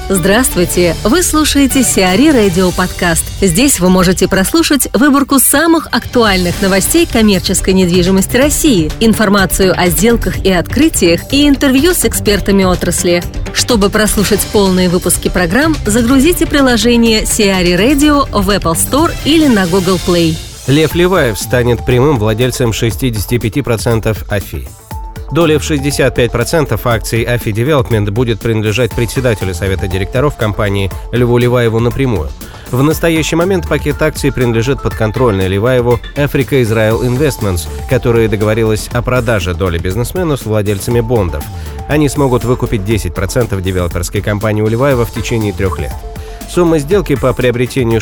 Здравствуйте! Вы слушаете Сиари Радио Подкаст. Здесь вы можете прослушать выборку самых актуальных новостей коммерческой недвижимости России, информацию о сделках и открытиях и интервью с экспертами отрасли. Чтобы прослушать полные выпуски программ, загрузите приложение Сиари Radio в Apple Store или на Google Play. Лев Леваев станет прямым владельцем 65% АФИ. Доля в 65% акций АФИ Девелопмент будет принадлежать председателю Совета директоров компании Льву Леваеву напрямую. В настоящий момент пакет акций принадлежит подконтрольной Леваеву Africa Israel Investments, которая договорилась о продаже доли бизнесмену с владельцами бондов. Они смогут выкупить 10% девелоперской компании у Леваева в течение 3 лет. Сумма сделки по приобретению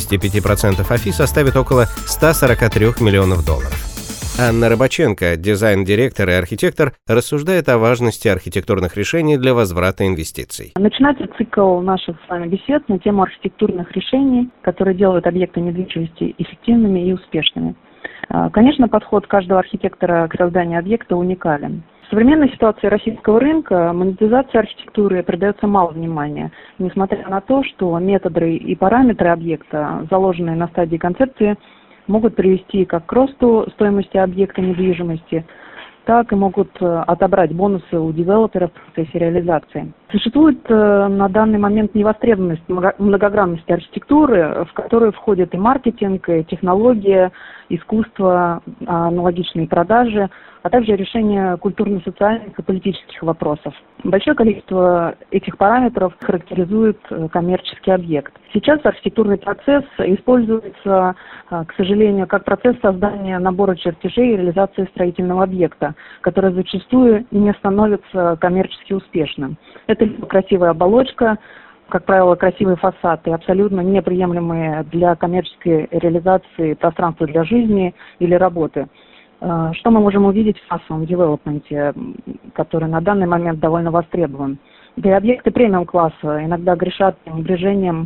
65% АФИ составит около $143 миллионов. Анна Рыбаченко, дизайн-директор и архитектор, рассуждает о важности архитектурных решений для возврата инвестиций. Начинается цикл наших с вами бесед на тему архитектурных решений, которые делают объекты недвижимости эффективными и успешными. Конечно, подход каждого архитектора к созданию объекта уникален. В современной ситуации российского рынка монетизации архитектуры придается мало внимания, несмотря на то, что методы и параметры объекта, заложенные на стадии концепции, могут привести как к росту стоимости объекта недвижимости, так и могут отобрать бонусы у девелоперов в процессе реализации. Существует на данный момент невостребованность многогранности архитектуры, в которую входит и маркетинг, и технология, искусство, аналогичные продажи, а также решение культурно-социальных и политических вопросов. Большое количество этих параметров характеризует коммерческий объект. Сейчас архитектурный процесс используется, к сожалению, как процесс создания набора чертежей и реализации строительного объекта, который зачастую не становится коммерчески успешным. Это либо красивая оболочка, как правило, красивые фасады, абсолютно неприемлемые для коммерческой реализации пространства для жизни или работы. Что мы можем увидеть в массовом девелопменте, который на данный момент довольно востребован? Да и объекты премиум-класса иногда грешат пренебрежением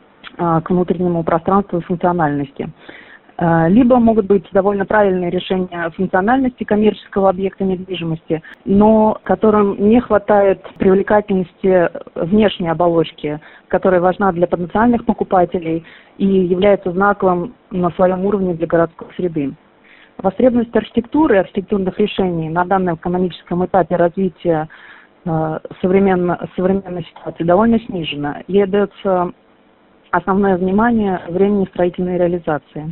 к внутреннему пространству и функциональности. Либо могут быть довольно правильные решения функциональности коммерческого объекта недвижимости, но которым не хватает привлекательности внешней оболочки, которая важна для потенциальных покупателей и является знаковым на своем уровне для городской среды. Востребованность архитектуры и архитектурных решений на данном экономическом этапе развития современной ситуации довольно снижена. Ей дается основное внимание времени строительной реализации.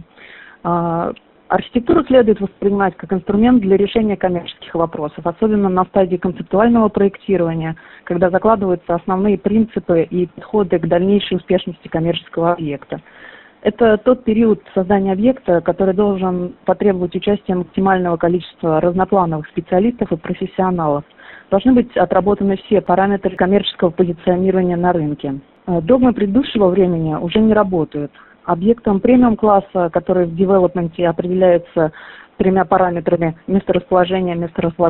Архитектуру следует воспринимать как инструмент для решения коммерческих вопросов, особенно на стадии концептуального проектирования, когда закладываются основные принципы и подходы к дальнейшей успешности коммерческого объекта. Это тот период создания объекта, который должен потребовать участия максимального количества разноплановых специалистов и профессионалов. Должны быть отработаны все параметры коммерческого позиционирования на рынке. Догмы предыдущего времени уже не работают. Объектом премиум-класса, который в девелопменте определяется 3 параметрами: месторасположением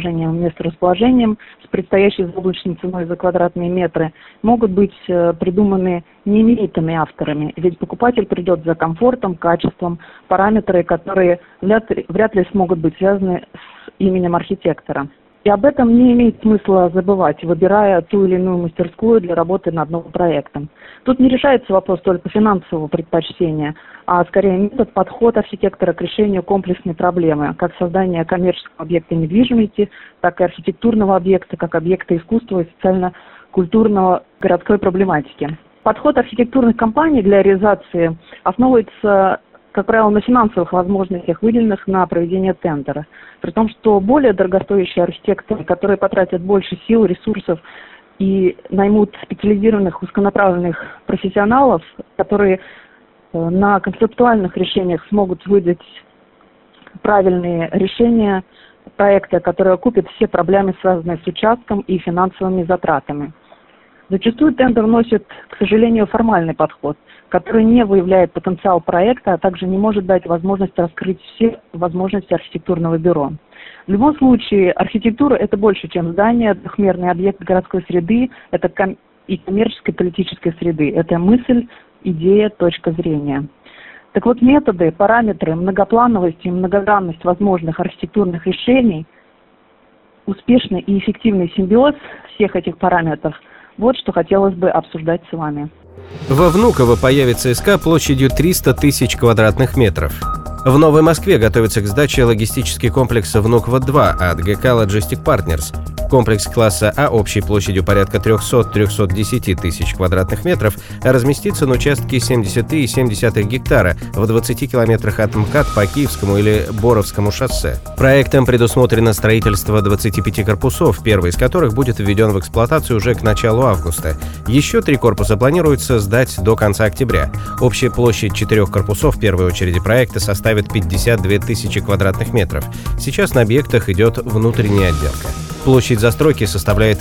с предстоящей заоблачной ценой за квадратные метры, могут быть придуманы неименитыми авторами, ведь покупатель придет за комфортом, качеством, параметры, которые вряд ли смогут быть связаны с именем архитектора. И об этом не имеет смысла забывать, выбирая ту или иную мастерскую для работы над новым проектом. Тут не решается вопрос только финансового предпочтения, а скорее метод, подход архитектора к решению комплексной проблемы, как создания коммерческого объекта недвижимости, так и архитектурного объекта, как объекта искусства и социально-культурного городской проблематики. Подход архитектурных компаний для реализации основывается, как правило, на финансовых возможностях, выделенных на проведение тендера. При том, что более дорогостоящие архитекторы, которые потратят больше сил, ресурсов и наймут специализированных узконаправленных профессионалов, которые на концептуальных решениях смогут выдать правильные решения проекта, которые окупят все проблемы, связанные с участком и финансовыми затратами. Зачастую тендер носит, к сожалению, формальный подход, который не выявляет потенциал проекта, а также не может дать возможность раскрыть все возможности архитектурного бюро. В любом случае, архитектура – это больше, чем здание, двухмерный объект городской среды, это и коммерческой, политической среды. Это мысль, идея, точка зрения. Так вот, методы, параметры, многоплановость и многогранность возможных архитектурных решений, успешный и эффективный симбиоз всех этих параметров Вот что хотелось бы обсуждать с вами. Во Внуково появится СК площадью 300 тысяч квадратных метров. В Новой Москве готовится к сдаче логистический комплекс Внуково-2 от ГК Logistic Partners. Комплекс класса А общей площадью порядка 300-310 тысяч квадратных метров разместится на участке 73,7 гектара в 20 километрах от МКАД по Киевскому или Боровскому шоссе. Проектом предусмотрено строительство 25 корпусов, первый из которых будет введен в эксплуатацию уже к началу августа. Еще 3 корпуса планируется сдать до конца октября. Общая площадь 4 корпусов в первой очереди проекта составит 52 тысячи квадратных метров. Сейчас на объектах идет внутренняя отделка. Площадь застройки составляет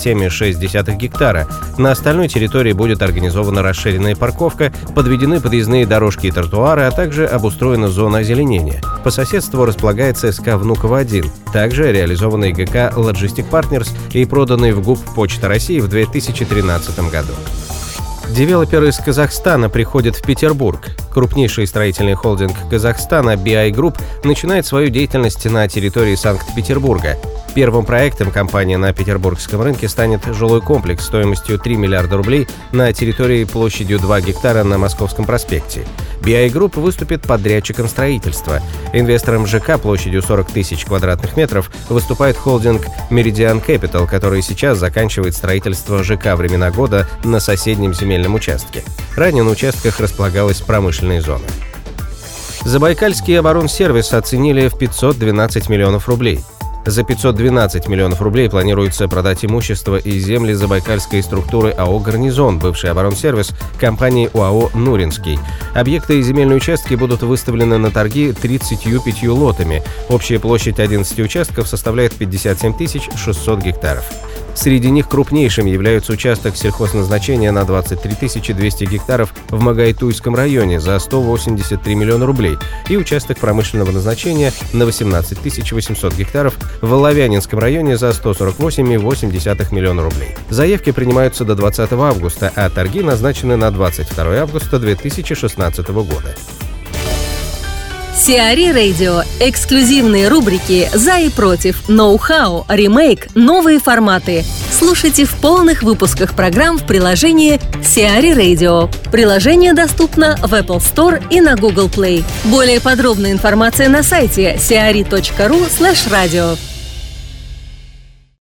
27,6 гектара. На остальной территории будет организована расширенная парковка, подведены подъездные дорожки и тротуары, а также обустроена зона озеленения. По соседству располагается СК «Внуково-1», также реализованный ГК Logistic Partners и проданный в ГУП «Почта России» в 2013 году. Девелоперы из Казахстана приходят в Петербург. Крупнейший строительный холдинг Казахстана BI Group начинает свою деятельность на территории Санкт-Петербурга. Первым проектом компании на петербургском рынке станет жилой комплекс стоимостью 3 миллиарда рублей на территории площадью 2 гектара на Московском проспекте. BI Group выступит подрядчиком строительства. Инвестором ЖК площадью 40 тысяч квадратных метров выступает холдинг Meridian Capital, который сейчас заканчивает строительство ЖК «Времена года» на соседнем земельном участке. Ранее на участках располагалась промышленная зона. Забайкальский оборонсервис оценили в 512 миллионов рублей. За 512 миллионов рублей планируется продать имущество и земли забайкальской структуры АО «Гарнизон», бывший оборонсервис, компании УАО «Нуринский». Объекты и земельные участки будут выставлены на торги 35 лотами. Общая площадь 11 участков составляет 57 600 гектаров. Среди них крупнейшим являются участок сельхозназначения на 23 200 гектаров в Магайтуйском районе за 183 миллиона рублей и участок промышленного назначения на 18 800 гектаров в Лавянинском районе за 148,8 миллиона рублей. Заявки принимаются до 20 августа, а торги назначены на 22 августа 2016 года. Сиари Radio. Эксклюзивные рубрики «За и против», «Ноу-хау», «Ремейк», «Новые форматы». Слушайте в полных выпусках программ в приложении Сиари Radio. Приложение доступно в Apple Store и на Google Play. Более подробная информация на сайте siari.ru/radio.